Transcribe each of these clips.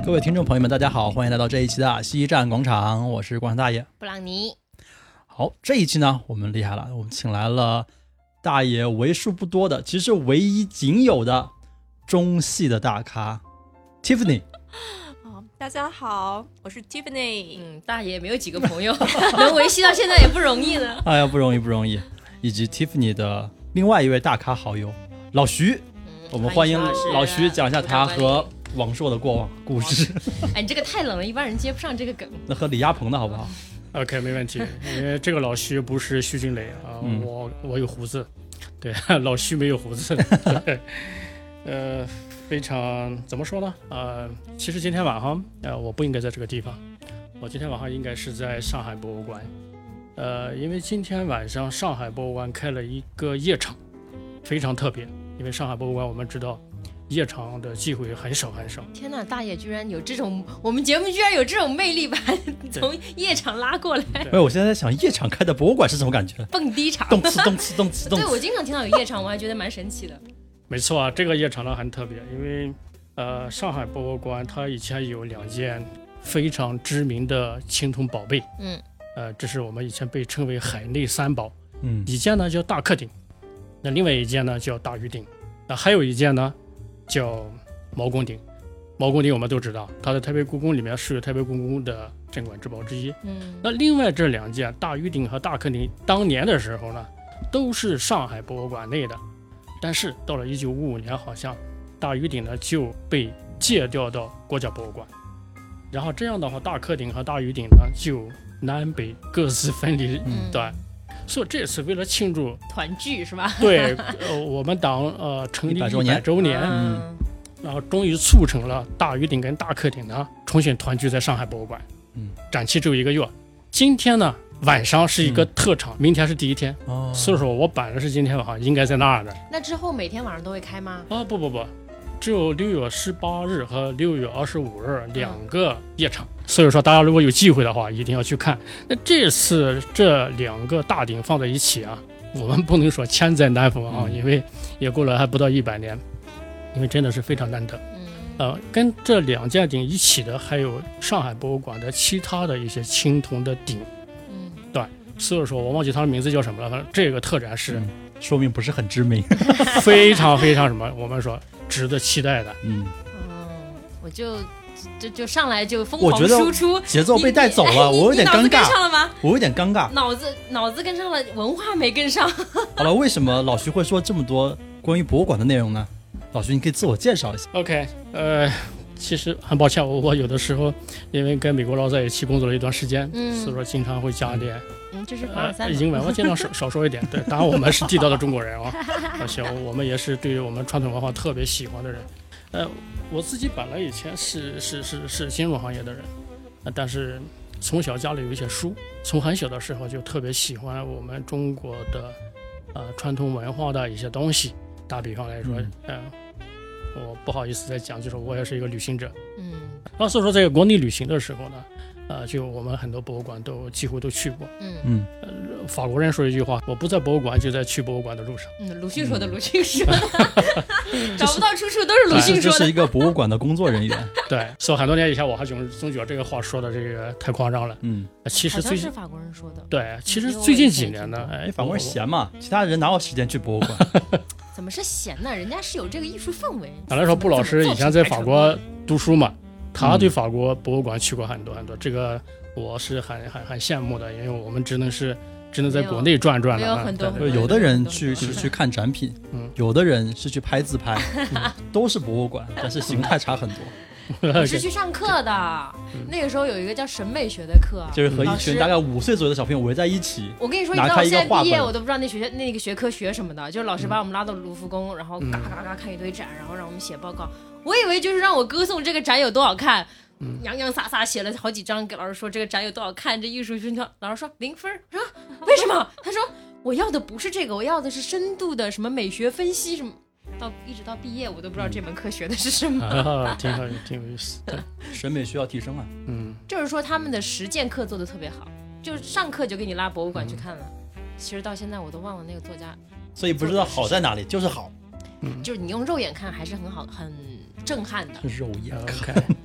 各位听众朋友们，大家好，欢迎来到这一期的西站广场，我是广场大爷布朗尼。 好，这一期呢，我们厉害了，我们请来了大爷为数不多的，其实唯一仅有的中戏的大咖 Tiffany。 大家好，我是 Tiffany。 大爷没有几个朋友，能维系到现在也不容易呢。 哎呀，不容易不容易。以及 Tiffany 的另外一位大咖好友老徐，我们欢迎老徐讲一下他和王朔的过往故事。 哎，你这个太冷了，一般人接不上这个梗。 那和李亚鹏的好不好 ？OK， 没问题。因为这个老徐不是徐静蕾啊，我有胡子，对，老徐没有胡子。对，非常怎么说呢？其实今天晚上我不应该在这个地方，我今天晚上应该是在上海博物馆。因为今天晚上上海博物馆开了一个夜场，非常特别。因为上海博物馆我们知道夜场的机会很少很少。 天哪，大爷居然有这种，我们节目居然有这种魅力，把从夜场拉过来。 没有，我现在在想夜场开的博物馆是什么感觉？ 蹦迪场， 动次动次动次动次。 对，我经常听到有夜场，我还觉得蛮神奇的。 没错啊，这个夜场呢很特别，因为上海博物馆它以前有2件非常知名的青铜宝贝。这是我们以前被称为海内三宝。一件呢叫大克鼎，那另外一件呢叫大盂鼎，那还有一件呢叫毛公鼎。毛公鼎我们都知道，它在台北故宫里面是台北故宫的镇馆之宝之一。那另外这2件大盂鼎和大克鼎，当年的时候呢都是上海博物馆内的，但是到了1955年，好像大盂鼎呢就被借调到国家博物馆，然后这样的话，大克鼎和大盂鼎呢就南北各自分离。对，所以这次为了庆祝团聚是吧？ 对，我们党成立100周年，然后终于促成了大盂鼎跟大克鼎呢重新团聚在上海博物馆。展期只有1个月，今天呢晚上是一个特场，明天是第一天。所以说我本来是今天晚上应该在那儿的。 那之后每天晚上都会开吗？ 不，只有6月18日和6月25日2个夜场。所以说大家如果有机会的话一定要去看。那这次这2个大鼎放在一起啊，我们不能说千载难逢啊，因为也过了还不到100年，因为真的是非常难得。跟这2件鼎一起的还有上海博物馆的其他的一些青铜的鼎。对，所以说我忘记它的名字叫什么了，反正这个特展是说明不是很知名， 非常非常什么，我们说值得期待的。 我就上来就疯狂输出， 节奏被带走了，我有点尴尬。 脑子跟上了吗？ 我有点尴尬， 脑子跟上了，文化没跟上。 好了，为什么老徐会说这么多关于博物馆的内容呢？老徐，你可以自我介绍一下。 OK， 其实很抱歉，我有的时候因为跟美国佬在一起工作了一段时间，所以说经常会讲一点。 这是凡尔赛英文，我尽量少说一点。对，当然我们是地道的中国人啊，行，我们也是对于我们传统文化特别喜欢的人。我自己本来以前是金融行业的人，但是从小家里有一些书，从很小的时候就特别喜欢我们中国的传统文化的一些东西。打比方来说，我不好意思再讲，就是我也是一个旅行者。所以说在国内旅行的时候呢，就我们很多博物馆都几乎都去过。法国人说一句话，我不在博物馆就在去博物馆的路上。 鲁迅说的，鲁迅说的。找不到出处都是鲁迅说的。 这是一个博物馆的工作人员。 对，所以很多年以前我还总觉得这个话说的这个太夸张了。其实好像是法国人说的。 对，其实最近几年呢， 法国人闲嘛，其他人哪有时间去博物馆？ 怎么是闲呢？人家是有这个艺术氛围。 本来说布老师以前在法国读书嘛，他对法国博物馆去过很多很多，这个我是很羡慕的，因为我们只能在国内转转了。 有的人是去看展品，有的人是去拍自拍，都是博物馆，但是形态差很多。 我是去上课的，那个时候有一个叫审美学的课， 就是和一群大概5岁左右的小朋友围在一起。 我跟你说，你知道我现在毕业，我都不知道那个学科学什么的，就是老师把我们拉到卢浮宫，然后嘎嘎嘎看一堆展，然后让我们写报告。我以为就是让我歌颂这个展有多好看，洋洋洒洒写了好几张给老师说这个展有多好看，这艺术熏陶。老师说0分，我说为什么？他说我要的不是这个，我要的是深度的什么美学分析什么。一直到毕业，我都不知道这门课学的是什么。 挺有意思。对， 审美需要提升啊。 就是说他们的实践课做的特别好，就是上课就给你拉博物馆去看了。其实到现在我都忘了那个作家。 所以不知道好在哪里，就是好。 就是你用肉眼看还是很好，很震撼的。 肉眼看，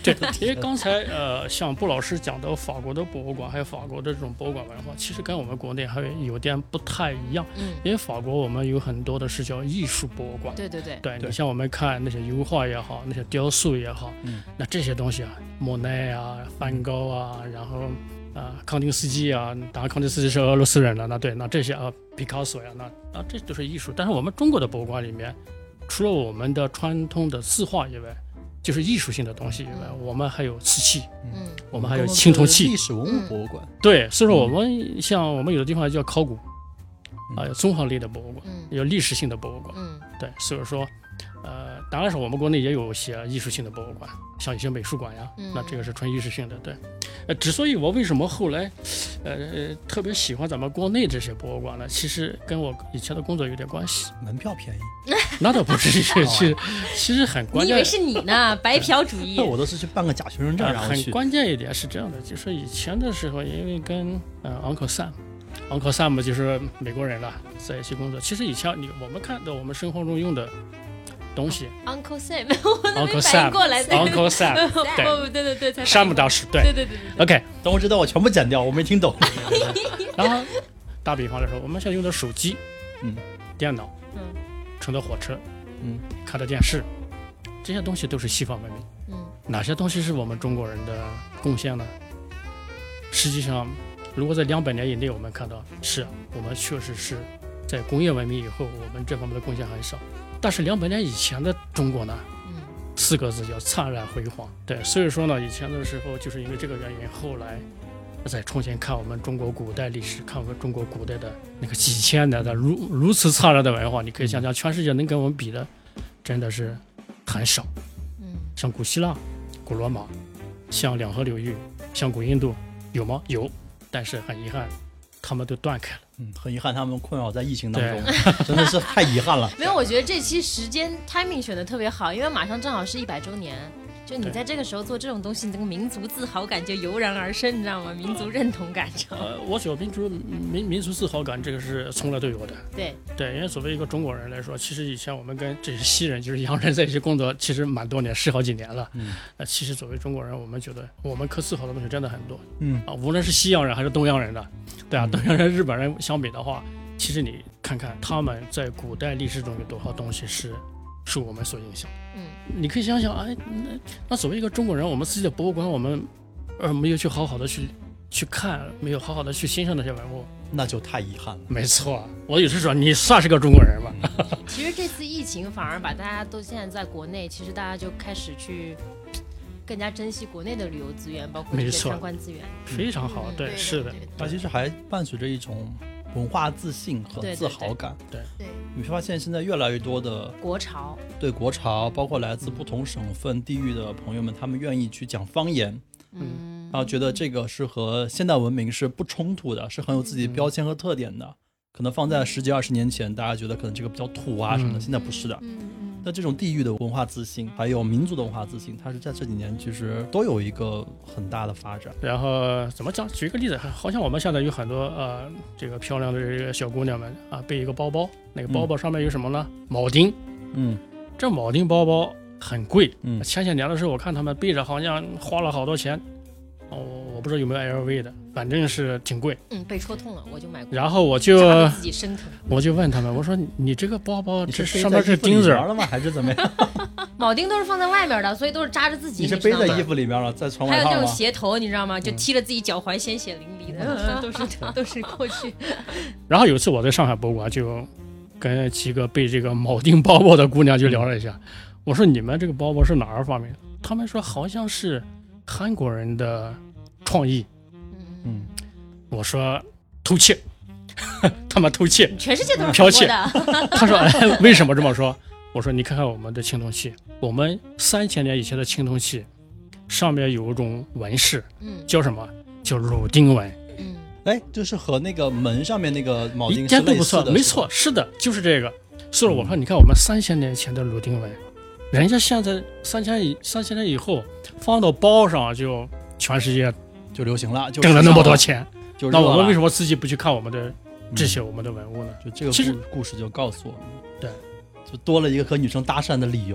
对，因为刚才像布老师讲的法国的博物馆，还有法国的这种博物馆文化，其实跟我们国内还有点不太一样。因为法国我们有很多的是叫艺术博物馆。对，你像我们看那些油画也好，那些雕塑也好，那这些东西啊，莫奈啊、梵高啊，然后康定斯基啊，当然康定斯基是俄罗斯人了，那这些毕卡索呀，那这都是艺术。但是我们中国的博物馆里面，除了我们的传统的字画以外，就是艺术性的东西以外，我们还有瓷器，我们还有青铜器， 历史文物博物馆。 对，所以说我们有的地方叫考古，有综合类的博物馆，有历史性的博物馆。对，所以说，当然是我们国内也有一些艺术性的博物馆，像一些美术馆呀，那这个是纯艺术性的。对，之所以我为什么后来，特别喜欢咱们国内这些博物馆呢？其实跟我以前的工作有点关系。 门票便宜？ 那倒不至于，其实很关键。 你以为是你呢？白嫖主义。 我都是去办个假学生证，然后去。 很关键一点是这样的，就是以前的时候，因为跟Uncle Sam 就是美国人了，在一起工作。其实以前我们看到我们生活中用的东西 ，Uncle Sam， 我没反应过来。 Uncle Sam， 对， 山姆大师，对。OK， 等我知道我全部剪掉，我没听懂。 然后打比方来说，我们现在用的手机，电脑，乘的火车，看的电视，这些东西都是西方文明。哪些东西是我们中国人的贡献呢？实际上，如果在200年以内，我们看到是我们确实是在工业文明以后，我们这方面的贡献很少。但是200年以前的中国呢，4个字叫灿烂辉煌。对，所以说呢，以前的时候就是因为这个原因，后来再重新看我们中国古代历史，看我们中国古代的那个几千年的如此灿烂的文化，你可以想想，全世界能跟我们比的，真的是很少。像古希腊、古罗马，像两河流域，像古印度，有吗？有，但是很遗憾，他们都断开了。 很遗憾，他们困扰在疫情当中，真的是太遗憾了。 没有，我觉得这期时间 timing 选的特别好，因为马上正好是100周年。就你在这个时候做这种东西，你这个民族自豪感就油然而生，你知道吗？民族认同感。 我觉得民族自豪感这个是从来都有的。 对， 因为作为一个中国人来说，其实以前我们跟这些西人，就是洋人在一起工作，其实蛮多年，10好几年了。其实作为中国人，我们觉得我们可自豪的东西真的很多。无论是西洋人还是东洋人的，对啊，东洋人、日本人相比的话，其实你看看他们在古代历史中有多少东西是受我们所影响。你可以想想，那作为一个中国人，我们自己的博物馆，我们没有去好好的去看，没有好好的去欣赏那些文物， 那就太遗憾了。 没错，我也是说，你算是个中国人吧。 其实这次疫情反而把大家都现在在国内，其实大家就开始去更加珍惜国内的旅游资源，包括这些相关资源。 非常好，对，是的。 它其实还伴随着一种文化自信和自豪感。 对， 你会发现现在越来越多的国潮， 包括来自不同省份地域的朋友们，他们愿意去讲方言，然后觉得这个是和现代文明是不冲突的，是很有自己标签和特点的。可能放在10几20年前，大家觉得可能这个比较土啊什么的，现在不是的。那这种地域的文化自信，还有民族的文化自信，它是在这几年其实都有一个很大的发展。 然后怎么讲？举一个例子，好像我们现在有很多这个漂亮的这个小姑娘们背一个包包，那个包包上面有什么呢？铆钉。这铆钉包包很贵。前些年的时候，我看他们背着好像花了好多钱。我不知道有没有 LV 的，反正是挺贵。 被戳痛了，我就买过。 然后我就自己生疼， 我就问他们，我说你这个包包这上面是钉子了吗？还是怎么样？ 铆钉都是放在外面的，所以都是扎着自己。 你是背在衣服里面了，在穿外套吗？ 还有那种鞋头，你知道吗？就踢了自己脚踝，鲜血淋漓的，都是过去。 然后有一次我在上海博物馆就跟几个背这个铆钉包包的姑娘就聊了一下，我说你们这个包包是哪儿发明的？他们说好像是韩国人的创意。我说偷窃，他们偷窃， 全世界都是剽窃的。 他说为什么这么说？我说你看看我们的青铜器，我们3000年以前的青铜器上面有一种纹饰，叫什么？叫乳钉纹。 就是和那个门上面那个铆钉一点都不错，没错，是的，就是这个。所以我说你看我们3000年前的乳钉纹，人家现在3000年以后放到包上，就全世界就流行了， 挣了那么多钱。 那我们为什么自己不去看我们的这些我们的文物呢？ 就这个故事就告诉我们， 对， 就多了一个和女生搭讪的理由。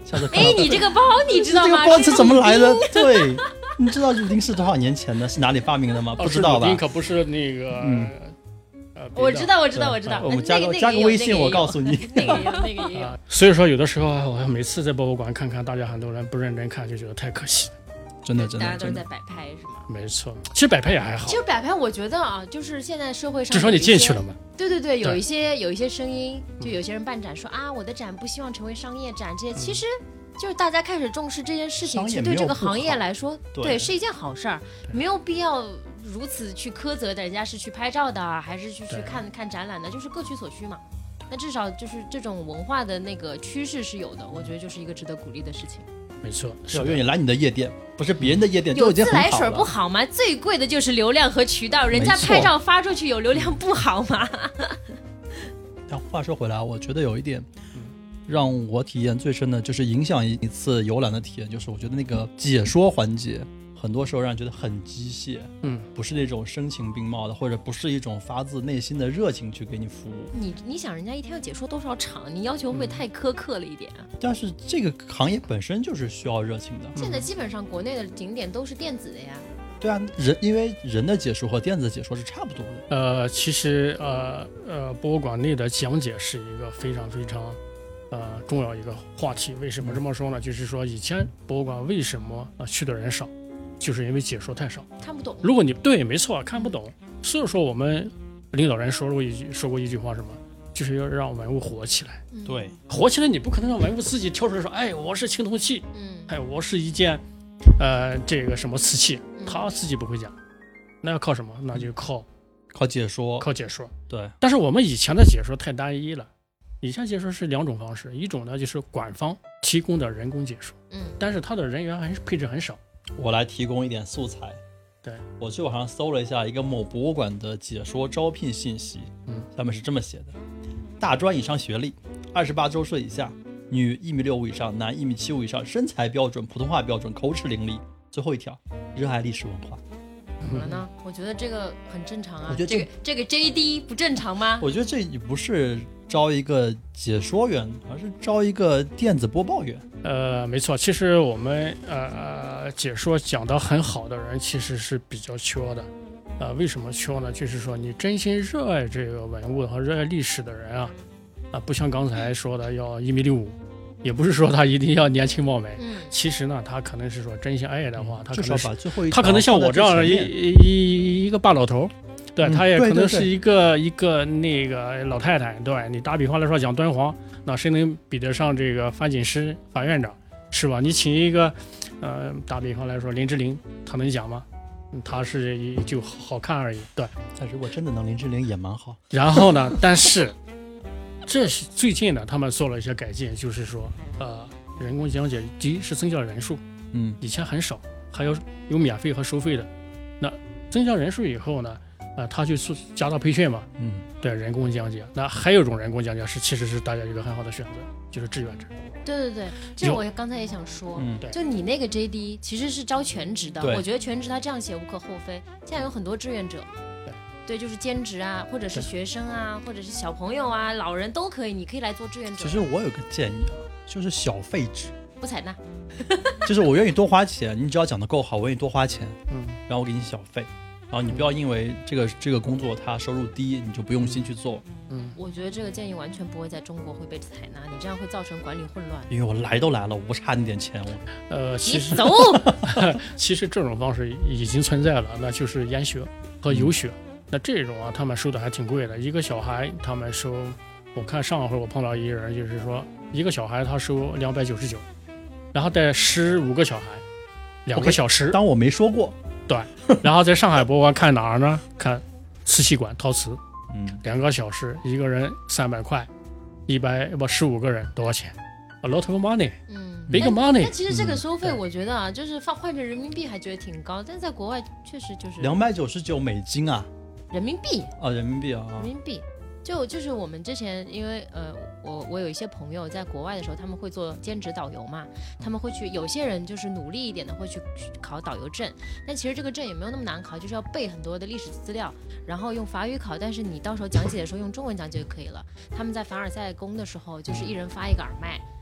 哎，你这个包你知道吗？ 这个包是怎么来的？对，你知道乳钉是多少年前的？是哪里发明的吗？不知道吧？ 乳钉可不是那个， 我知道。 我们加个微信，我告诉你。 那个也有。 所以说，有的时候我每次在博物馆看看，大家很多人不认真看，就觉得太可惜。 真的， 大家都是在摆拍是吗？ 没错，其实摆拍也还好。 其实摆拍，我觉得啊，就是现在社会上至少你进去了嘛。 对，有一些声音，就有些人办展说啊，我的展不希望成为商业展，这些其实就是大家开始重视这件事情，其实对这个行业来说，对是一件好事儿，没有必要如此去苛责人家是去拍照的，还是去看展览的，就是各取所需嘛。那至少就是这种文化的那个趋势是有的，我觉得就是一个值得鼓励的事情。 没错， 只要愿意来你的夜店，不是别人的夜店，就已经很好了。 有自来水不好吗？最贵的就是流量和渠道，人家拍照发出去有流量不好吗？ 但话说回来，我觉得有一点让我体验最深的就是影响一次游览的体验，就是我觉得那个解说环节很多时候让人觉得很机械，不是那种声情并茂的，或者不是一种发自内心的热情去给你服务。 你想人家一天要解说多少场，你要求会不会太苛刻了一点啊？ 但是这个行业本身就是需要热情的。 现在基本上国内的景点都是电子的呀。 对啊，因为人的解说和电子解说是差不多的。其实博物馆内的讲解是一个非常非常重要一个话题。为什么这么说呢？就是说以前博物馆为什么去的人少？就是因为解说太少， 看不懂。 如果你对，没错，看不懂。所以说我们领导人说过一句话，什么？就是要让文物活起来。 对， 活起来，你不可能让文物自己跳出来说，哎，我是青铜器，哎，我是一件这个什么瓷器，他自己不会讲，那要靠什么？那就靠解说， 对。但是我们以前的解说太单一了，以前解说是两种方式，一种呢就是馆方提供的人工解说，但是他的人员还是配置很少。 我来提供一点素材。 对， 我去网上搜了一下一个某博物馆的解说招聘信息，下面是这么写的：大专以上学历，28周岁以下，女1.65米以上，男1.75米以上，身材标准，普通话标准，口齿伶俐。最后一条，热爱历史文化。 怎么了呢？我觉得这个很正常啊。 我觉得这个 JD 不正常吗？ 我觉得这也不是招一个解说员，而是招一个电子播报员。 没错，其实我们解说讲得很好的人其实是比较缺的。为什么缺呢？就是说你真心热爱这个文物和热爱历史的人不像刚才说的要1.65米，也不是说他一定要年轻貌美。其实呢，他可能是说真心爱的话，他可能是他可能像我这样一个大老头。对，他也可能是一个那个老太太。对，你打比方来说讲敦煌，那谁能比得上这个范锦诗范院长，是吧？你请一个打比方来说林志玲，他能讲吗？他是就好看而已。对， 但如果真的能，林志玲也蛮好。 然后呢，但是这是最近呢，他们做了一些改进，就是说人工讲解第一是增加了人数，以前很少，还有免费和收费的。那增加人数以后呢，他就加大培训嘛，对，人工讲解。那还有一种人工讲解其实是大家一个很好的选择，就是志愿者。 对，这我刚才也想说，就你那个 JD 其实是招全职的，我觉得全职他这样写无可厚非。现在有很多志愿者，对，就是兼职啊，或者是学生啊，或者是小朋友啊，老人都可以，你可以来做志愿者。 其实我有个建议就是小费制， 不采纳， 就是我愿意多花钱，你只要讲得够好，我愿意多花钱，然后我给你小费。然后你不要因为这个工作它收入低，你就不用心去做。 我觉得这个建议完全不会在中国会被采纳，你这样会造成管理混乱。 因为我来都来了，我不差那点钱。 其实你走。 其实这种方式已经存在了，那就是研学和游学。那这种他们收的还挺贵的，一个小孩他们收，我看上回我碰到一个人，就是说一个小孩他收299，然后带15个小孩，2个小时。 当我没说过。 对，然后在上海博物馆看哪儿呢？看瓷器馆陶瓷，2个小时，一个人300块，15个人多少钱 ？A lot of money，big money。 但其实这个收费，我觉得就是换成人民币还觉得挺高，但是在国外确实就是 299美金啊， 人民币啊，人民币啊， 人民币。就是我们之前因为我有一些朋友在国外的时候，他们会做兼职导游嘛，他们会去，有些人就是努力一点的会去考导游证，但其实这个证也没有那么难考，就是要背很多的历史资料，然后用法语考，但是你到时候讲解的时候用中文讲解就可以了。他们在凡尔赛宫的时候，就是一人发一个耳麦，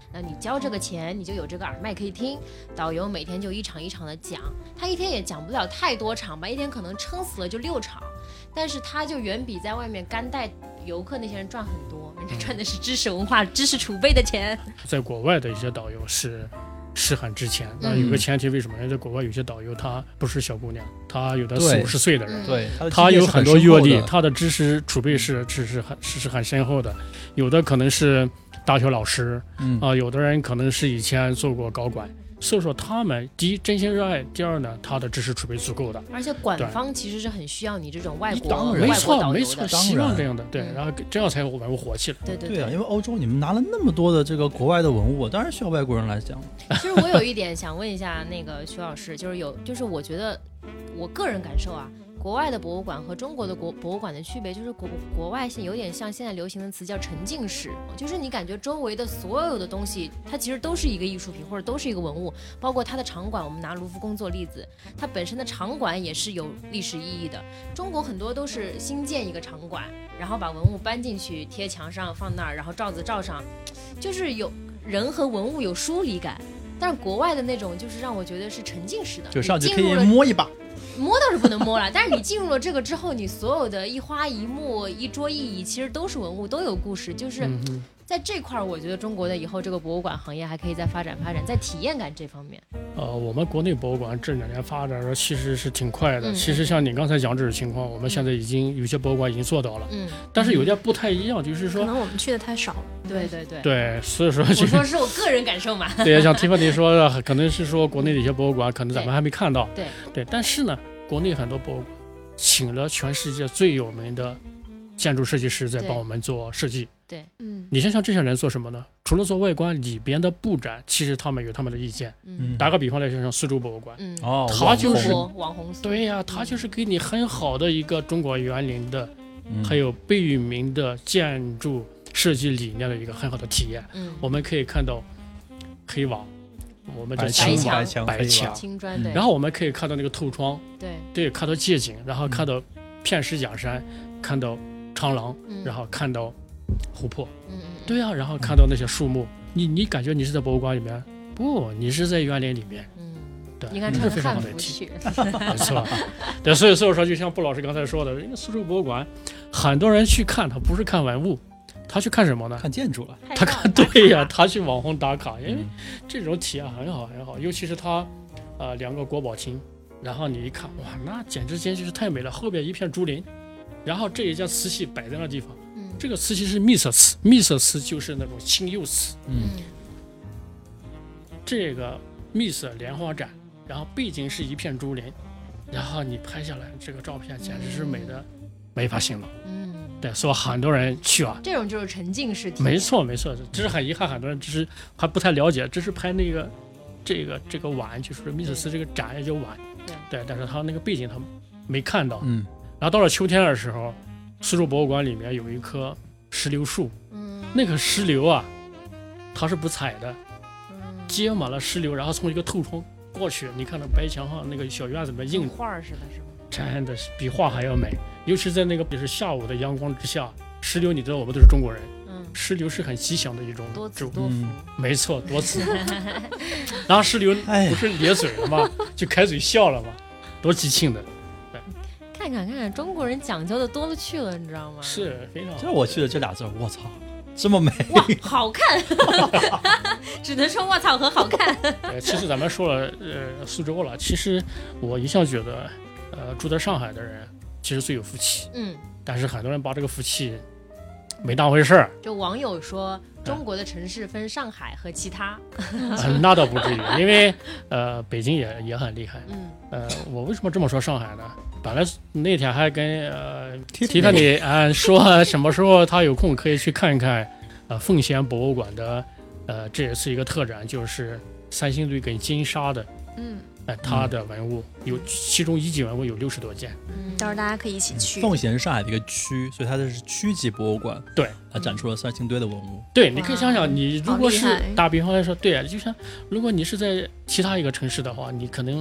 那你交这个钱，你就有这个耳麦可以听。导游每天就一场一场的讲，他一天也讲不了太多场吧，一天可能撑死了就6场，但是他就远比在外面干带游客那些人赚很多，人家赚的是知识文化、知识储备的钱。 在国外的一些导游是很值钱，那有个前提，为什么？因为在国外有些导游他不是小姑娘，他有的40、50岁的人， 对， 他有很多阅历，他的知识储备是很深厚的，有的可能是大学老师，有的人可能是以前做过高管。所以说他们第一真心热爱，第二呢他的知识储备足够的， 而且管方其实是很需要你这种外国没错没错， 希望这样的，对，然后这样才有文物活气了。 对啊，因为欧洲你们拿了那么多的这个国外的文物，当然需要外国人来讲。 其实我有一点想问一下那个徐老师，就是我觉得我个人感受啊，国外的博物馆和中国的博物馆的区别就是国外有点像现在流行的词叫沉浸式，就是你感觉周围的所有的东西它其实都是一个艺术品或者都是一个文物，包括它的场馆，我们拿卢浮宫做例子，它本身的场馆也是有历史意义的。中国很多都是新建一个场馆，然后把文物搬进去贴墙上放那儿，然后罩子罩上，就是有人和文物有疏离感。但是国外的那种就是让我觉得是沉浸式的， 就上去可以摸一把， 摸倒是不能摸了，但是你进入了这个之后，你所有的一花一木一桌一椅其实都是文物，都有故事，就是在这块我觉得中国的以后这个博物馆行业还可以再发展，在体验感这方面。 我们国内博物馆这2年发展的其实是挺快的。其实像你刚才讲这种情况，我们现在已经有些博物馆已经做到了。但是有点不太一样，就是说可能我们去的太少了。 对，所以说我说是我个人感受嘛。 对，像 Tiffany 说的，可能是说国内的一些博物馆可能咱们还没看到。 对， 但是呢，国内很多博物馆请了全世界最有名的建筑设计师在帮我们做设计。 对， 你像这些人做什么呢？除了做外观里边的布展，其实他们有他们的意见。打个比方来说，像苏州博物馆，他就是网红， 对呀，他就是给你很好的一个中国园林的，还有贝聿铭的建筑设计理念的一个很好的体验。我们可以看到黑瓦，我们的白墙， 青砖， 然后我们可以看到那个透窗， 对， 看到街景，然后看到片石假山，看到长廊，然后看到湖泊，对啊，然后看到那些树木，你感觉你是在博物馆里面？不，你是在园林里面。对， 你看这是非常好的题，没错。对，所以说就像布老师刚才说的，人家苏州博物馆，很多人去看，他不是看文物，他去看什么呢？ 看建筑了。 他看，对呀，他去网红打卡，因为这种体验很好很好，尤其是他2个国宝厅，然后你一看，哇，那简直就是太美了，后边一片竹林，然后这一件瓷器摆在那地方，这个瓷器是秘色瓷，秘色瓷就是那种青釉瓷，这个秘色莲花展，然后背景是一片竹林，然后你拍下来这个照片简直是美的没法形容。对，所以很多人去啊， 这种就是沉浸式体验。 没错，只是很遗憾，很多人只是还不太了解，只是拍那个这个碗，就是密斯斯这个展也叫碗，对，但是他那个背景他没看到。然后到了秋天的时候，苏州博物馆里面有一棵石榴树，那个石榴啊，它是不采的，结满了石榴，然后从一个透窗过去，你看到白墙上那个小院子里面印画似的，是吗？ 真的是比画还要美，尤其在那个就是下午的阳光之下，石榴你知道我们都是中国人，石榴是很吉祥的一种植物，没错，多子。然后石榴不是咧嘴了吗？就开嘴笑了吗？多吉庆的。 看看，中国人讲究的多了去了，你知道吗？ 是非常。 就我去的这俩字，我操，这么美， 哇，好看，只能说我操和好看。 其实咱们说了苏州了，其实我一向觉得。住在上海的人其实最有福气，但是很多人把这个福气没当回事儿。 就网友说，中国的城市分上海和其他， 那倒不至于，因为北京也很厉害。我为什么这么说上海呢？本来那天还跟提特里说什么时候他有空可以去看一看奉贤博物馆的这也是一个特展，就是三星堆跟金沙的。它的文物有，其中一级文物有60多件， 到时候大家可以一起去。 奉贤是上海的一个区，所以它这是区级博物馆， 对， 它展出了三星堆的文物。 对，你可以想想，你如果是打比方来说，对，就像如果你是在其他一个城市的话，你可能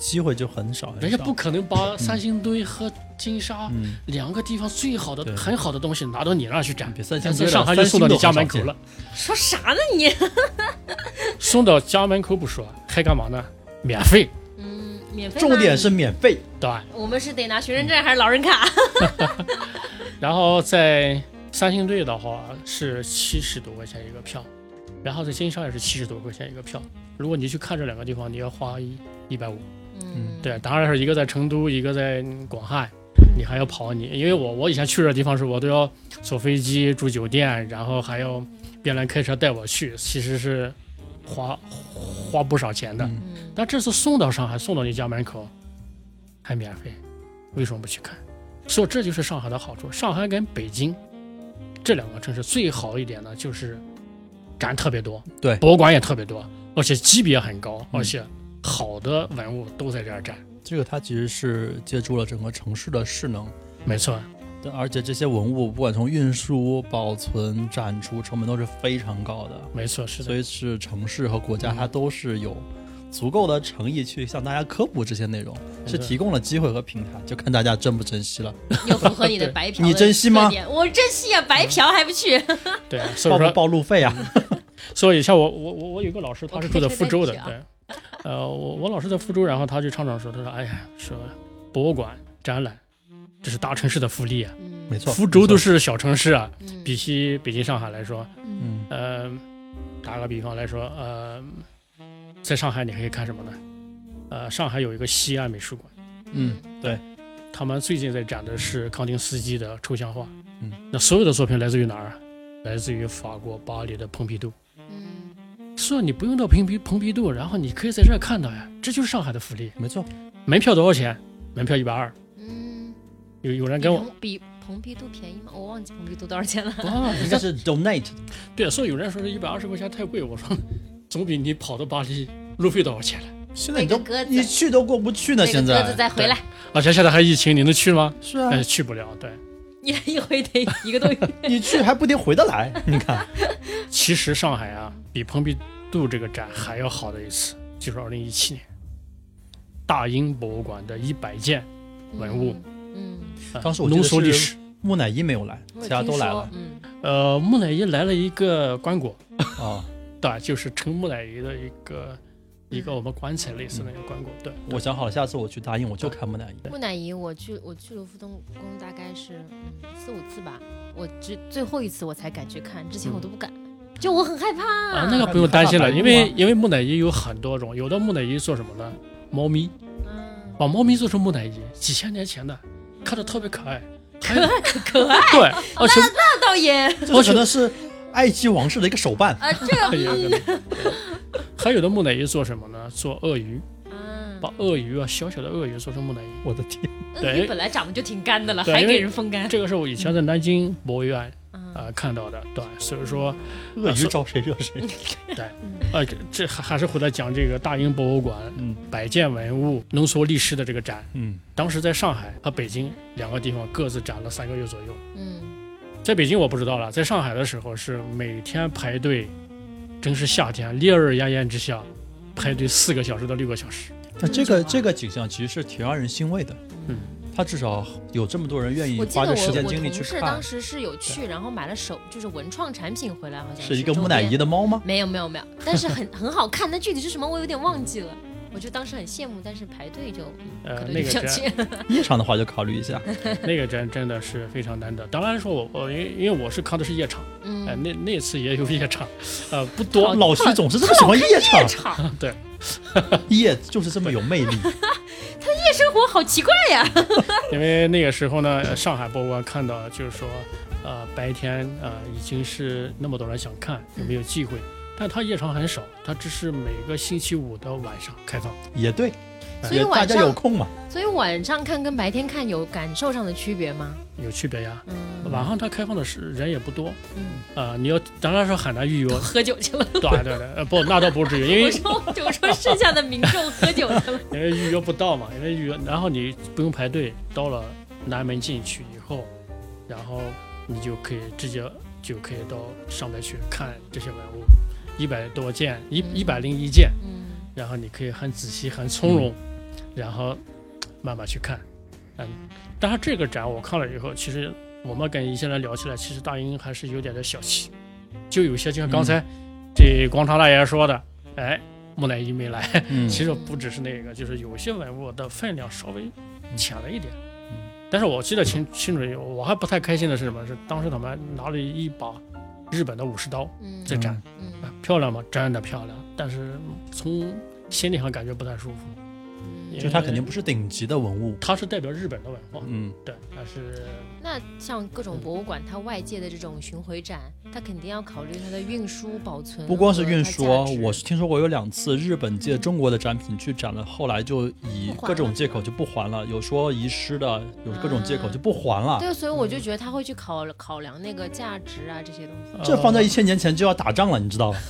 机会就很少， 人家不可能把三星堆和金沙两个地方最好的、很好的东西拿到你那儿去展，在上海就送到你家门口了。 说啥呢你？ 送到家门口不说，还干嘛呢？免费。 免费。 重点是免费， 对。 我们是得拿学生证还是老人卡？ 然后在三星堆的话是70多块钱一个票，然后在金沙也是70多块钱一个票。如果你去看这两个地方，你要花150。对，当然是一个在成都，一个在广汉，你还要跑因为我以前去这地方时，我都要坐飞机住酒店，然后还要别人开车带我去，其实是花不少钱的。但这次送到上海，送到你家门口还免费，为什么不去看？所以这就是上海的好处。上海跟北京这两个城市最好一点呢，就是展特别多， 对， 博物馆也特别多，而且级别很高，而且好的文物都在这儿展。 这个它其实是借助了整个城市的势能， 没错。 而且这些文物不管从运输、保存、展出成本都是非常高的， 没错，是的。 所以是城市和国家它都是有足够的诚意去向大家科普这些内容，是提供了机会和平台，就看大家珍不珍惜了。 又符合你的白嫖， 你珍惜吗？ 我珍惜啊，白嫖还不去。 对， 报不报路费啊？ 所以像我有个老师，他是住在福州的，对，我老师在福州，然后他就常常说，他说，哎呀，说博物馆展览，这是大城市的福利啊。 没错， 福州都是小城市啊，比起北京、上海来说，打个比方来说，在上海你可以看什么呢？上海有一个西安美术馆， 对， 他们最近在展的是康定斯基的抽象画，那所有的作品来自于哪儿？来自于法国巴黎的蓬皮杜，所以你不用到蓬皮杜，然后你可以在这儿看到呀，这就是上海的福利。 没错， 门票多少钱？门票120。有人跟我比蓬皮杜便宜吗？我忘记蓬皮杜多少钱了。 应该是 donate。 对，所以有人说这120块钱太贵，我说总比你跑到巴黎路费多少钱了？ 现在你去都过不去呢，现在。 鸽子再回来。 而且现在还疫情，你能去吗？ 是啊， 去不了。对， 一回得1个多月。 你去还不得回得来？你看， 其实上海啊，比蓬皮杜这个展还要好的一次，就是2017年大英博物馆的100件文物。 当时我浓缩历史， 木乃伊没有来，其他都来了。 木乃伊来了一个棺椁啊， 对，就是盛木乃伊的一个我们棺材类似的一个棺椁。对， 我想好了，下次我去大英我就看木乃伊。 木乃伊我去卢浮宫大概是4、5次吧，我最后一次我才敢去看，之前我都不敢，就我很害怕啊。那个不用担心了，因为木乃伊有很多种，有的木乃伊做什么呢？猫咪，把猫咪做成木乃伊，几千年前的。看着特别可爱， 可爱， 对， 那倒也， 我觉得是埃及王室的一个手办啊，这个还有的木乃伊做什么呢？做鳄鱼，把鳄鱼啊，小小的鳄鱼做成木乃伊。 我的天， 鳄鱼本来长得就挺干的了，还给人风干。 这个是我以前在南京博物院看到的，对，所以说鳄鱼招谁惹谁。 对，这还是回来讲这个大英博物馆100件文物浓缩历史的这个展。当时在上海和北京2个地方各自展了3个月左右。在北京我不知道了，在上海的时候是每天排队，真是夏天烈日炎炎之下，排队4个小时到6个小时。 那这个景象其实是挺让人欣慰的。他至少有这么多人愿意花这时间精力去看。 我同事当时是有去，然后买了就是文创产品回来，好像是一个木乃伊的猫吗？ 没有，但是很好看。那具体是什么我有点忘记了。我就当时很羡慕，但是排队就可能就不想去。 夜场的话就考虑一下。 那个真的是非常难得。当然说因为我是看的是夜场，那次也有夜场，不多。 老徐总是这么喜欢夜场。 对， 夜就是这么有魅力。 他的夜生活好奇怪呀。 因为那个时候呢，上海博物馆看到就是说，白天已经是那么多人想看，有没有机会？但它夜场很少，它只是每个星期5的晚上开放。 也对， 所以大家有空嘛。 所以晚上看跟白天看有感受上的区别吗？ 有区别呀。晚上它开放的是人也不多。你要当然是很难预约。 喝酒去了。 对，不，那倒不至于，因为我说剩下的民众喝酒去了。 因为预约不到嘛，因为预约，然后你不用排队，到了南门进去以后，然后你就可以直接到上面去看这些文物。100多件，101件，然后你可以很仔细、很从容， 然后慢慢去看。但是这个展我看了以后，其实我们跟一些人聊起来，其实大英还是有点的小气，就有些就像刚才这广场大爷说的，木乃伊没来，其实不只是那个，就是有些文物的分量稍微浅了一点。但是我记得清楚，我还不太开心的是什么？是当时他们拿了一把日本的武士刀在展，漂亮吗？真的漂亮，但是从心理上感觉不太舒服。 就它肯定不是顶级的文物， 它是代表日本的文化，对，但是那像各种博物馆，它外界的这种巡回展，它肯定要考虑它的运输、保存。 不光是运输，我是听说过有2次日本借中国的展品去展了，后来就以各种借口就不还了，有说遗失的，有各种借口就不还了。 对，所以我就觉得他会去考量那个价值啊这些东西。 这放在1000年前就要打仗了，你知道吧？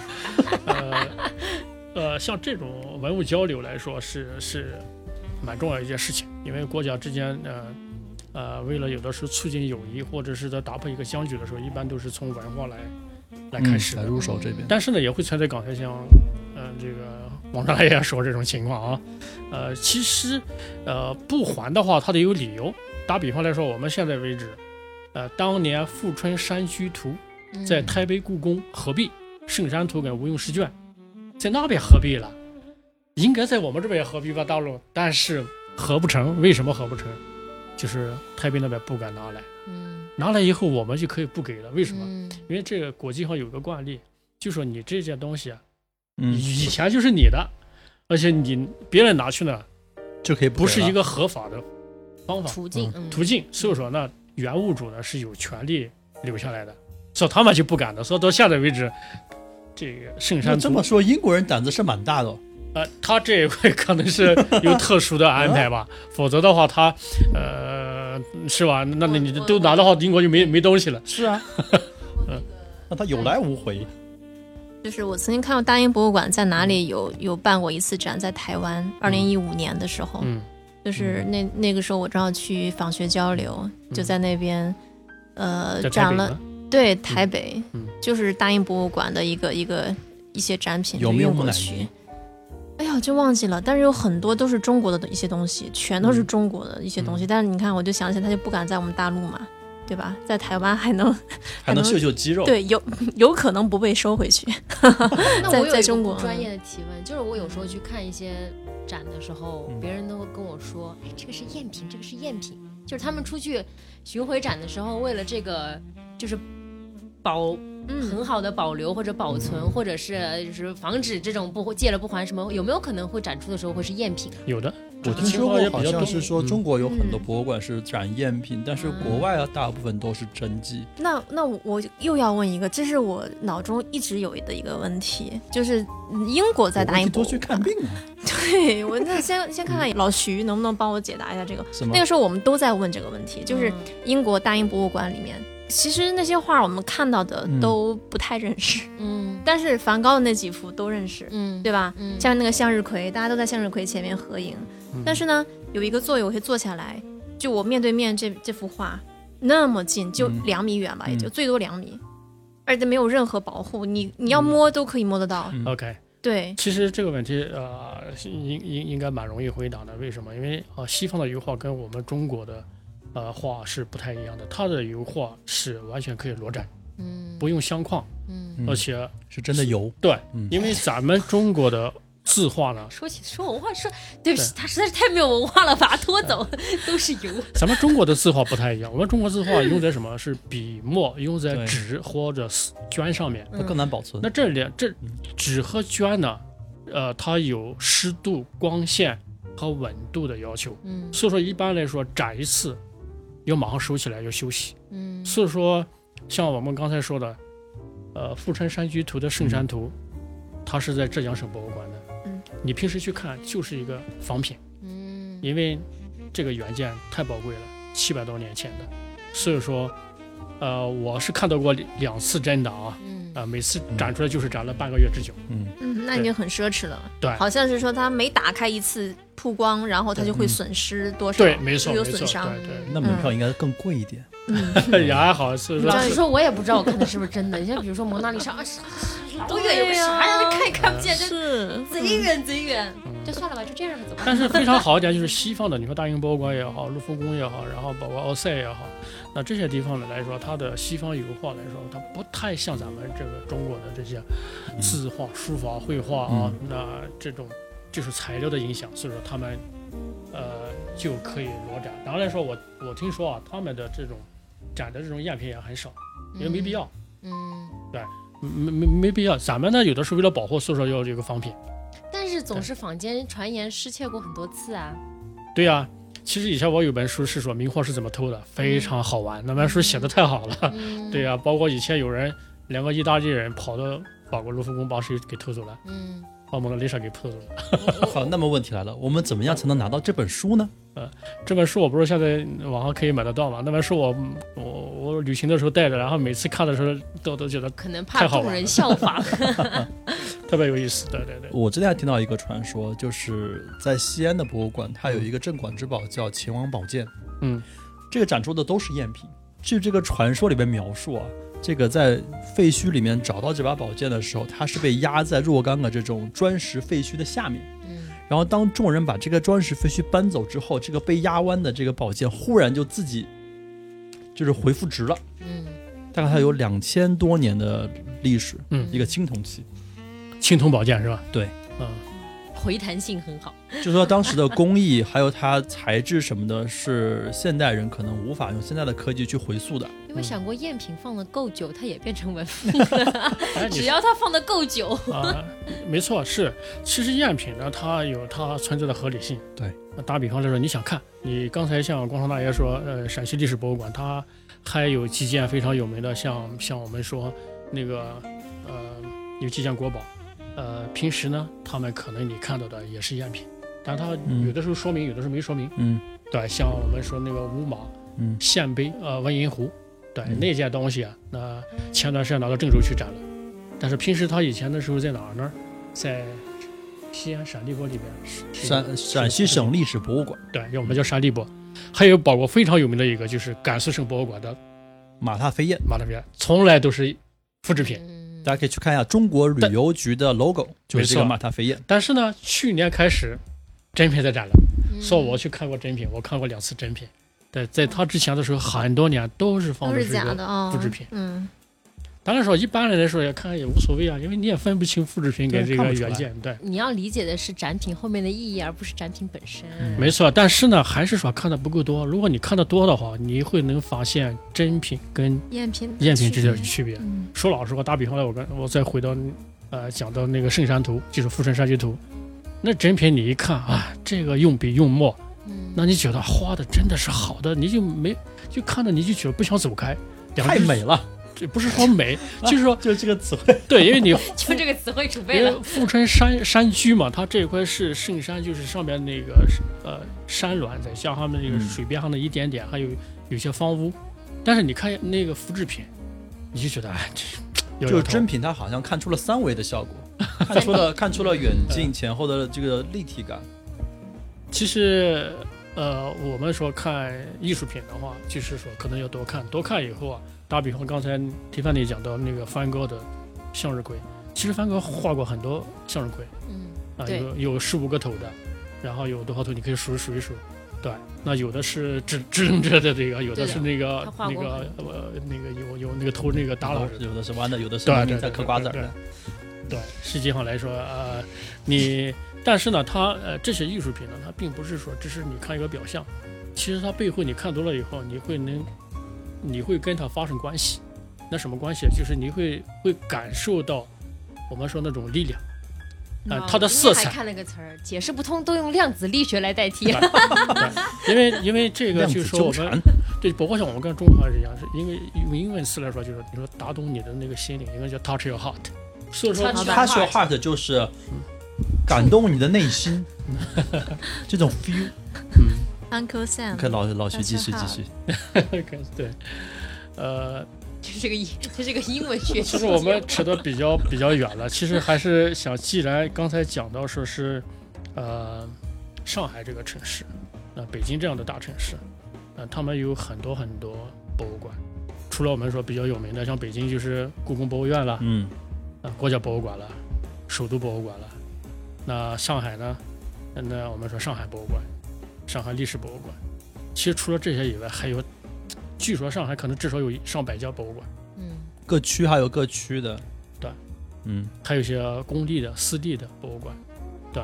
像这种文物交流来说是蛮重要的一件事情，因为国家之间为了有的是促进友谊，或者是在打破一个僵局的时候，一般都是从文化来开始来入手这边。 但是呢，也会存在刚才像这个王大爷说这种情况啊。其实不还的话，它得有理由。打比方来说，我们现在为止，当年富春山居图在台北故宫合璧，圣山图跟无用试卷。在那边合璧了，应该在我们这边也合璧吧，大陆，但是合不成。为什么合不成？就是台北那边不敢拿来，拿来以后我们就可以不给了。为什么？因为这个国际上有个惯例，就说你这件东西以前就是你的，而且你别人拿去呢， 就可以不是一个合法的方法途径， 所以说呢，原物主呢是有权利留下来的，所以他们就不敢的。所以到现在为止。这个圣山图这么说，英国人胆子是蛮大的。 他这一回可能是有特殊的安排吧，否则的话他是吧？那你都拿的话，英国就没东西了。 是啊，那他有来无回。 就是我曾经看到大英博物馆在哪里有办过一次展，在台湾2015年的时候，就是那个时候我正好去访学交流，就在那边展了。对，台北，就是大英博物馆的一些展品有没有运过去。哎呀，就忘记了，但是有很多都是中国的一些东西，全都是中国的一些东西。但是你看，我就想起他就不敢在我们大陆嘛，对吧？在台湾还能秀秀肌肉， 对，有可能不被收回去。 那我有一个专业的提问，就是我有时候去看一些展的时候，别人都会跟我说，这个是赝品，这个是赝品，就是他们出去巡回展的时候，为了这个就是很好的保留或者保存，或者是就是防止这种借了不还什么，有没有可能会展出的时候会是赝品？ 有的， 我听说过，好像是说中国有很多博物馆是展赝品，但是国外大部分都是真迹。 那我又要问一个，这是我脑中一直有的一个问题，就是英国在大英博物馆多去看病啊。 对，我那先看看老徐能不能帮我解答一下这个。那个时候我们都在问这个问题，就是英国大英博物馆里面。其实那些画我们看到的都不太认识，但是梵高的那几幅都认识，对吧？像那个向日葵，大家都在向日葵前面合影，但是呢，有一个座位我可以坐下来，就我面对面这幅画那么近，就2米远吧，也就最多2米，而且没有任何保护，你要摸都可以摸得到。 OK， 对， 其实这个问题应该蛮容易回答的，为什么？因为西方的油画跟我们中国的。画是不太一样的，它的油画是完全可以裸展，不用相框，而且是真的油。 对，因为咱们中国的字画呢， 说文化，对不起，他实在是太没有文化了，把他拖走，都是油。 咱们中国的字画不太一样，我们中国字画用在什么？是笔墨用在纸或者绢上面， 它更难保存。 那这纸和绢呢，它有湿度、光线和稳度的要求，所以说一般来说展一次。要马上收起来，要休息。所以说，像我们刚才说的，富春山居图的圣山图，它是在浙江省博物馆的。你平时去看就是一个仿品。因为这个原件太宝贵了，700多年前的，所以说，我是看到过2次真的啊。每次展出来就是展了半个月之久。 那已经很奢侈了。 对， 好像是说它每打开一次曝光，然后它就会损失多少？ 对，没错， 有损伤。 对， 那门票应该更贵一点。 也还好，是说。你说我也不知道我看的是不是真的。你像比如说蒙娜丽莎，多远有个啥呀？看也看不见， 是贼远贼远。 就算了吧，就这样吧，走吧。 但是非常好一点就是西方的，你说大英博物馆也好，卢浮宫也好，然后包括奥赛也好，那这些地方呢来说，它的西方油画来说，它不太像咱们这个中国的这些字画、书法、绘画啊，那这种就是材料的影响，所以说他们就可以裸展。当然来说，我听说啊，他们的这种展的这种赝品也很少，因为没必要。对。没必要，咱们呢有的是为了保护，所以说要有个仿品。 但是总是坊间传言失窃过很多次啊。 对呀，其实以前我有本书是说名画是怎么偷的，非常好玩，那本书写的太好了。对呀，包括以前有人2个意大利人跑到法国卢浮宫把谁给偷走了，把蒙娜丽莎给偷走了。 好，那么问题来了，我们怎么样才能拿到这本书呢？ 这本书我不是现在网上可以买得到吗？那本书我旅行的时候带着，然后每次看的时候都觉得可能怕众人效仿， 特别有意思。对， 我之前还听到一个传说，就是在西镇的博物馆，它有一个镇馆之宝叫秦王宝剑。这个展出的都是赝品。据这个传说里边描述啊，这个在废墟里面找到这把宝剑的时候，它是被压在若干个这种砖石废墟的下面。然后当众人把这个砖石废墟搬走之后，这个被压弯的这个宝剑忽然就自己就是恢复直了。大概它有2000多年的历史。一个青铜器， 青铜宝剑是吧？ 对。 回弹性很好， 就是说当时的工艺还有它材质什么的，是现代人可能无法用现在的科技去回溯的。 有没有想过赝品放得够久，它也变成文物了？只要它放得够久没错，是。其实赝品呢，它有它存在的合理性。 对， 打比方来说，你想看，你刚才像光昌大爷说，陕西历史博物馆它还有几件非常有名的，像我们说那个有几件国宝。平时呢，他们可能你看到的也是赝品，但它有的时候说明，有的时候没说明。对，像我们说那个吴马献碑文银壶，对，那件东西啊，那前段时间拿到郑州去展了，但是平时他以前的时候在哪儿呢？在西安陕历博里边， 陕西省历史博物馆。 对，我们叫陕历博。还有包括非常有名的一个就是甘肃省博物馆的马踏飞燕， 从来都是复制品。 大家可以去看一下中国旅游局的 logo， 就是这个马踏飞燕。 但是呢，去年开始真品在展了，所以我去看过真品，我看过2次真品。对，在他之前的时候，很多年都是放的是一个复制品。当然说一般人来说也看也无所谓啊，因为你也分不清复制品跟这个原件。对， 你要理解的是展品后面的意义，而不是展品本身。 没错，但是呢，还是说看的不够多。如果你看的多的话，你会能发现真品跟赝品之间的区别。说老实话，打比方来，我再回到讲到那个圣山图，就是富春山居图，那真品你一看啊，这个用笔用墨，那你觉得画的真的是好的，你就看着你就觉得不想走开， 太美了。 这不是说美，就是说就这个词汇。 对，因为你就这个词汇储备了。 富春山居嘛，它这一块是圣山，就是上面那个山峦，再加上那个水边上的一点点，还有些房屋。但是你看那个复制品，你就觉得就是真品，它好像看出了3维的效果，看出了远近前后的这个立体感。 其实我们说看艺术品的话，就是说可能要多看以后啊。打比方，刚才提范尼讲到那个梵高的向日葵，其实梵高画过很多向日葵，有15个头的，然后有多少头你可以数一数，对，那有的是支棱着的这个，有的是那个有那个头那个耷拉着， 有的是弯的，有的是在嗑瓜子的， 对，实际上来说但是呢，它这些艺术品呢，它并不是说只是你看一个表象，其实它背后你看多了以后，你会跟它发生关系。那什么关系？就是你会感受到我们说那种力量，它的色彩。 还看了个词儿，解释不通都用量子力学来代替。 因为这个就是说我们对，包括像我们跟中华人一样，是因为用英文词来说，就是你说打动你的那个心灵，应该叫 touch your heart。所以说 touch your heart 就是感动你的内心，这种 feel。 Uncle Sam， 看老徐继续。 对， 这是个英文学习。 其实我们扯得比较远了，其实还是想，既然刚才讲到说是，上海这个城市，北京这样的大城市，他们有很多博物馆，除了我们说比较有名的，像北京就是故宫博物院了，国家博物馆了，首都博物馆了，那上海呢？ 那我们说上海博物馆、上海历史博物馆，其实除了这些以外，还有，据说上海可能至少有上百家博物馆。 各区还有各区的， 对，还有一些公立的、私立的博物馆，对，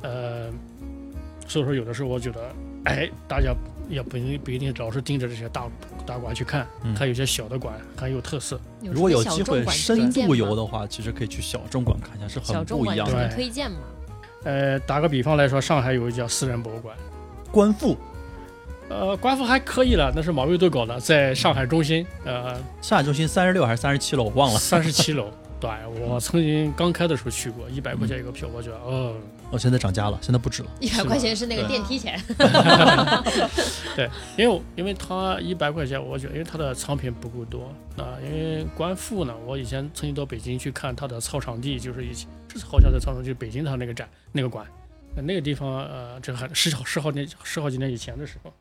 所以说有的时候我觉得，大家也不一定老是盯着这些大馆去看，还有一些小的馆很有特色。 如果有机会深度游的话，其实可以去小众馆看一下，是很不一样的。 推荐吗？ 打个比方来说，上海有一家私人博物馆， 观复。 观复还可以了，那是马未都搞的，在上海中心。 上海中心36还是37楼，我忘了。 37楼。对，我曾经刚开的时候去过，100块钱一个票，我觉得现在涨价了，现在不止了。 100块钱是那个电梯钱。 对，因为它100块钱，我觉得因为它的藏品不够多。因为观复呢，我以前曾经到北京去看它的操场地，就是好像在操场地，北京它那个展那个馆，那个地方这还十好几年以前的时候。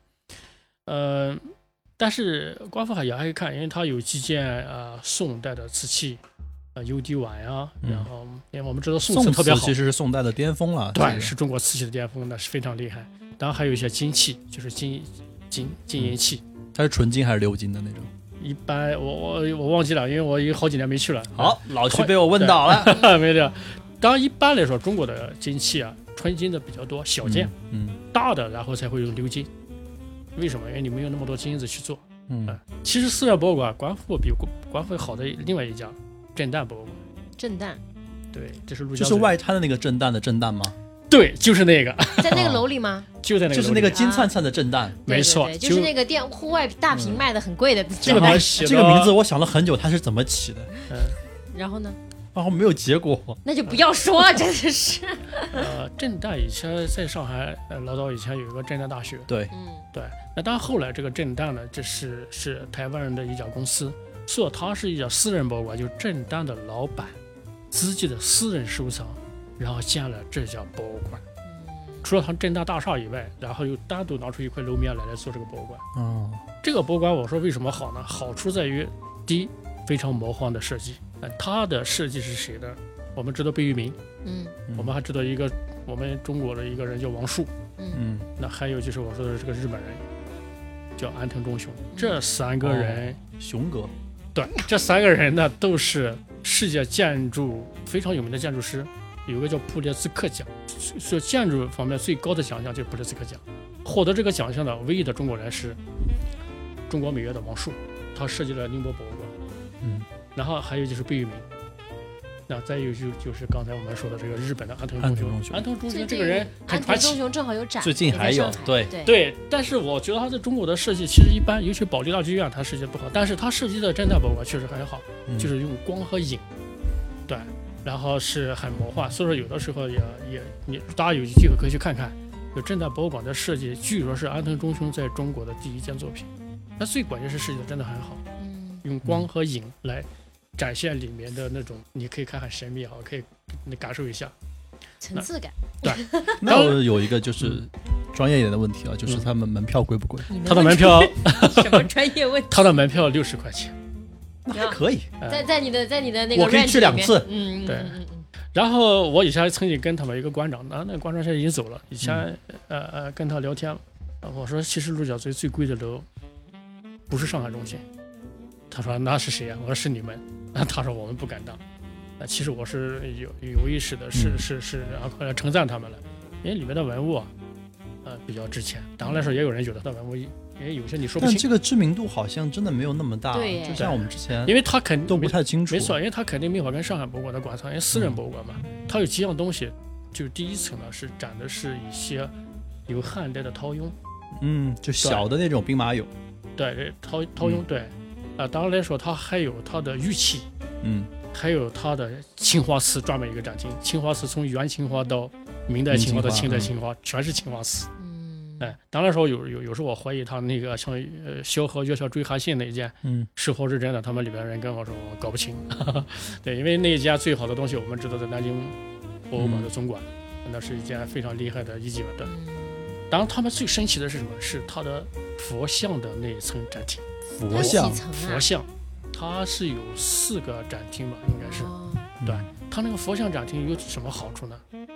但是观复也还可以看，因为它有几件宋代的瓷器，邮递碗呀，然后因为我们知道宋瓷特别好， 其实是宋代的巅峰了， 对，是中国瓷器的巅峰，那是非常厉害。当然还有一些金器，就是金银器， 它是纯金还是鎏金的那种？ 一般我忘记了，因为我已经好几年没去了。 好，老徐被我问倒了， 没的。当然一般来说，中国的金器纯金的比较多，小件，大的然后才会用鎏金。为什么？因为你没有那么多金子去做。其实私人博物馆观复比观复好的另外一家震旦博物馆。 震旦， 对，这是陆家嘴， 就是外滩的那个震旦的震旦吗？ 对，就是那个。 在那个楼里吗？ 就在那个楼里， 就是那个金灿灿的震旦， 没错， 就是那个户外大屏卖的很贵的这个名字我想了很久，它是怎么起的？ 然后呢？ 然后没有结果， 那就不要说了，真的是。 震旦以前在上海，老早以前有一个震旦大学， 对， 对。那当然后来这个震旦呢，这是台湾人的一家公司，所以它是一家私人博物馆，就是震旦的老板自己的私人收藏，然后建了这家博物馆。除了它震旦大厦以外，然后又单独拿出一块楼面来做这个博物馆。这个博物馆我说为什么好呢？好处在于，第一，非常魔幻的设计。它的设计是谁的？我们知道贝聿铭，我们还知道我们中国的一个人叫王树，那还有就是我说的这个日本人叫安藤忠雄，这3个人， 雄哥， 对，这3个人呢都是世界建筑非常有名的建筑师，有一个叫普列兹克奖，所以建筑方面最高的奖项就是普列兹克奖。获得这个奖项的唯一的中国人是中国美院的王树，他设计了宁波博物馆。然后还有就是贝聿铭，那再有就是刚才我们说的这个日本的安藤忠雄。安藤忠雄这个人很传奇， 安藤忠雄正好有展， 最近还有对。但是我觉得他在中国的设计其实一般，尤其保利大剧院他设计的不好，但是他设计的震旦博物馆确实很好，就是用光和影，对，然后是很魔幻。所以说有的时候你大家有机会可以去看看，就震旦博物馆的设计，据说是安藤忠雄在中国的第一件作品。那最关键是设计的真的很好。用光和影来展现里面的那种，你可以看很神秘哈，可以你感受一下层次感。 对， 那我有一个就是专业一点的问题啊，就是他们门票贵不贵？ 他的门票什么专业问题？ 他的门票60块钱， 那还可以。 在你的那个， 我可以去2次。 对。然不我以前曾经跟他们一个馆长，那个馆长现在已经走了，以前跟他聊天，我说其实陆家嘴最贵的楼不是上海中心。他说那是谁呀？我说是你们。他说我们不敢当。其实我是有意识的，是，然后后来称赞他们了，因为里面的文物比较值钱。当然来说，也有人觉得它文物，因为有些你说不清。 但这个知名度好像真的没有那么大， 对， 就像我们之前， 因为他肯定都不太清楚。 没错，因为他肯定没法跟上海博物馆的馆藏，因为私人博物馆嘛，它有几样东西，就是第一层呢是展的是一些有汉代的陶俑， 就小的那种兵马俑， 对，陶俑，对。当然来说，它还有它的玉器，还有它的青花瓷专门一个展厅。青花瓷从元青花到明代青花到清代青花，全是青花瓷。当然说有时候我怀疑他那个像萧何月下追韩信那一件，是否是真的？他们里边人跟我说我搞不清。对，因为那一件最好的东西我们知道在南京博物馆的总馆，那是一件非常厉害的一级的。当然，他们最神奇的是什么？是它的佛像的那一层展厅。 佛像，它是有4个展厅吧，应该是。对，它那个佛像展厅有什么好处呢？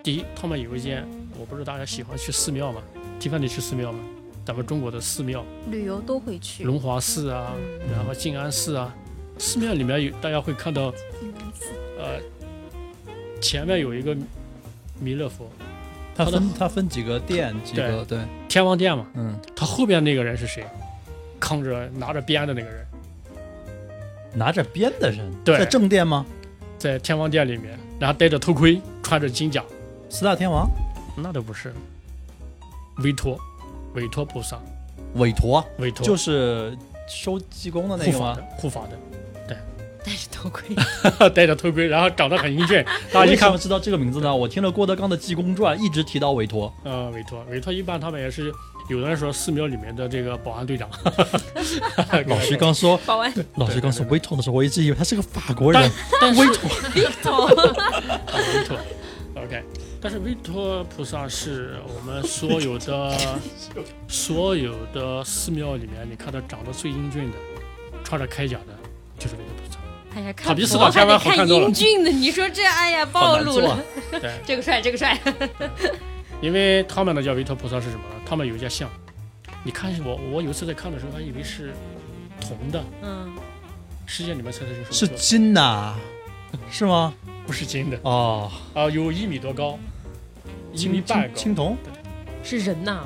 第一，他们有一间，我不知道大家喜欢去寺庙吗？提凡你去寺庙吗？咱们中国的寺庙， 旅游都会去， 龙华寺啊，然后静安寺啊，寺庙里面有大家会看到，前面有一个弥勒佛， 它分几个殿，对， 天王殿嘛，他后边那个人是谁？扛着拿着鞭的那个人， 拿着鞭的人， 对， 在正殿吗？ 在天王殿里面，然后戴着头盔，穿着金甲。 四大天王？ 那都不是，韦陀菩萨。 韦陀就是收济公的那个吗？ 护法的，对， 戴着头盔， 戴着头盔，然后长得很英俊。 大家一看知道这个名字呢？我听了郭德纲的《济公传》，一直提到韦陀。 韦陀一般他们也是。有的人说寺庙里面的这个保安队长， 老师刚说保安， 老师刚说韦陀的时候，我一直以为他是个法国人。 但韦陀 ，OK， 但是韦陀菩萨是我们所有的寺庙里面，你看他长得最英俊的，穿着铠甲的，就是韦陀菩萨。 哎呀， 他比四大天王好看多了。 英俊的，你说这，哎呀，暴露了。 对， 这个帅。 因为他们的叫韦陀菩萨是什么呢？他们有一件像，你看我有一次在看的时候，还以为是铜的，实际上你们猜猜是金的，是吗？ 不是金的哦， 有1米多高，1米半高， 青铜， 是人呐。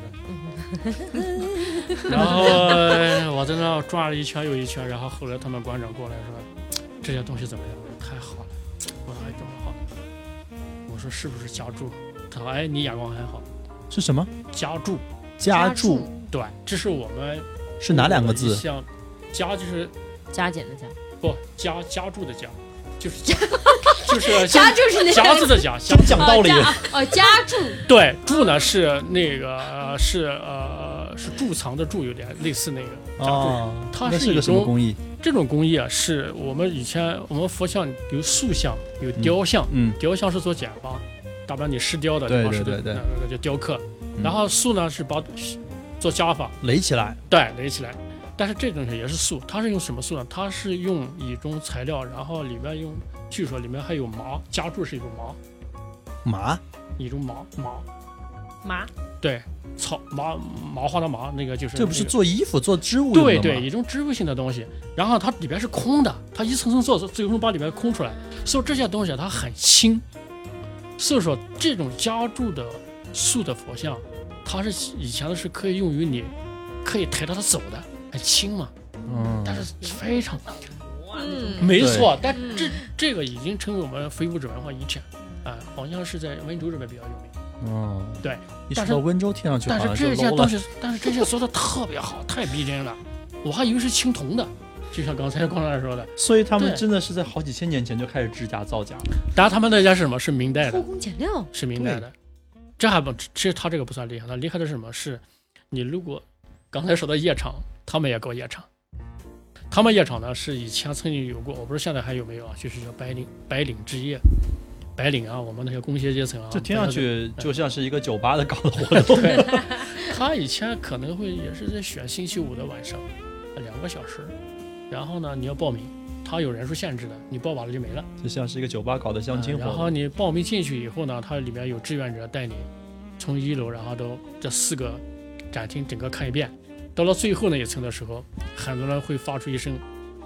然后我在那转了一圈又一圈，然后后来他们馆长过来说这些东西怎么样？太好了，我说这么好，我说是不是家柱？他说你眼光很好， 是什么？ 家柱，对，这是我们是哪两个字？ 像家就是加减的加， 不家柱的家，就是家柱是那家字的家， 讲道理家柱， 对，柱呢是那个是贮藏的贮，有点类似那个家柱，它是一种什么工艺？ 这种工艺啊，是我们以前我们佛像有塑像，有雕像，雕像是做简方。大不了你石雕的， 对， 那就雕刻。然后塑呢是把做加法垒起来， 对，垒起来。但是这东西也是塑，它是用什么塑呢？它是用一种材料，然后里面据说里面还有麻，加注是一种麻， 一种麻， 对，草麻花的麻，那个就是。 这不是做衣服做织物用的吗？对，一种织物性的东西。然后它里边是空的，它一层层做，最后把里面空出来。所以这些东西它很轻。所以说，这种加注的塑的佛像，它是以前的是可以用于你可以抬着它走的，很轻嘛。但是非常没错。但这个已经成为我们非物质文化遗产好像是在温州这边比较有名。对。 一说到温州，听上去但是这些东西，这些做的特别好，太逼真了，我还以为是青铜的。就像刚才光老师说的， 所以他们真的是在好几千年前就开始制假造假了。 当然，他们那家是什么？是明代的， 偷工减料， 是明代的。这还不，其实他这个不算厉害，他厉害的是什么？是你如果刚才说的夜场，他们也搞夜场。他们夜场呢是以前曾经有过，我不知道现在还有没有啊？就是叫白领之夜，白领啊，我们那些工薪阶层啊， 这听上去就像是一个酒吧的搞的活动。 对，他以前可能会也是在选星期五的晚上，2个小时。然后呢，你要报名，它有人数限制的，你报完了就没了。 就像是一个酒吧搞的相亲活动。 然后你报名进去以后呢，它里面有志愿者带你从1楼，然后到这4个展厅整个看一遍。到了最后那一层的时候，很多人会发出一声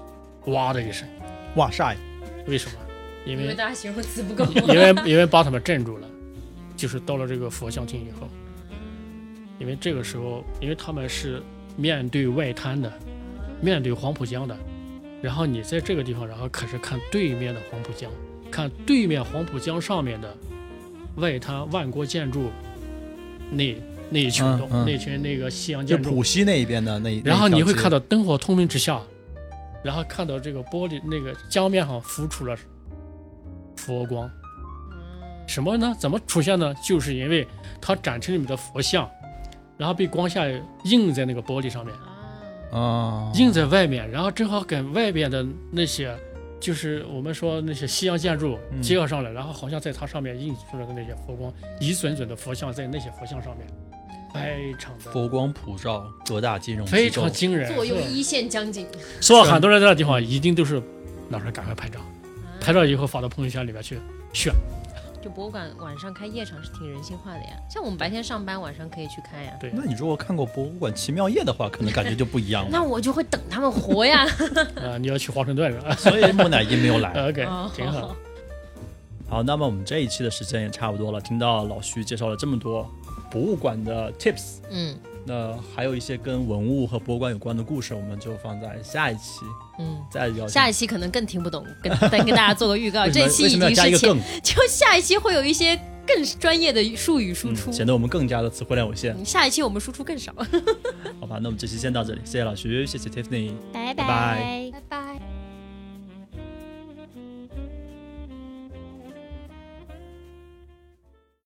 “哇”的一声。 哇晒！ 为什么？因为大家形容词不够。 因为把他们镇住了，就是到了这个佛像厅以后，因为这个时候，因为他们是面对外滩的。面对黄浦江的，然后你在这个地方，然后可是看对面的黄浦江，看对面黄浦江上面的外滩万国建筑那一群那群那个西洋建筑， 就浦西那一边的那。 然后你会看到灯火通明之下，然后看到这个玻璃那个江面上浮出了佛光。什么呢？怎么出现呢？就是因为它展厅里面的佛像，然后被光下映在那个玻璃上面。映在外面，然后正好跟外边的那些，就是我们说那些西洋建筑结合上来，然后好像在它上面映出来的那些佛光，一尊尊的佛像在那些佛像上面，非常的佛光普照，各大金融机构非常惊人， 坐拥一线江景。 所以很多人在那地方一定都是拿出来赶快拍照，拍照以后发到朋友圈里面去炫。 就博物馆晚上开夜场是挺人性化的呀，像我们白天上班，晚上可以去看呀。 对，那你如果看过博物馆奇妙夜的话，可能感觉就不一样了。 那我就会等他们活呀。 你要去华盛顿是吧？ 所以木乃伊没有来。 OK， 挺好。 好，那么我们这一期的时间也差不多了，听到老徐介绍了这么多博物馆的 tips， 那还有一些跟文物和博物馆有关的故事，我们就放在下一期，再聊。 下一期可能更听不懂，跟大家做个预告，这一期已经是就下一期会有一些更专业的术语输出， 显得我们更加的词汇量有限。 下一期我们输出更少。 好吧，那我们这期先到这里，谢谢老徐，谢谢 Tiffany， 拜拜拜。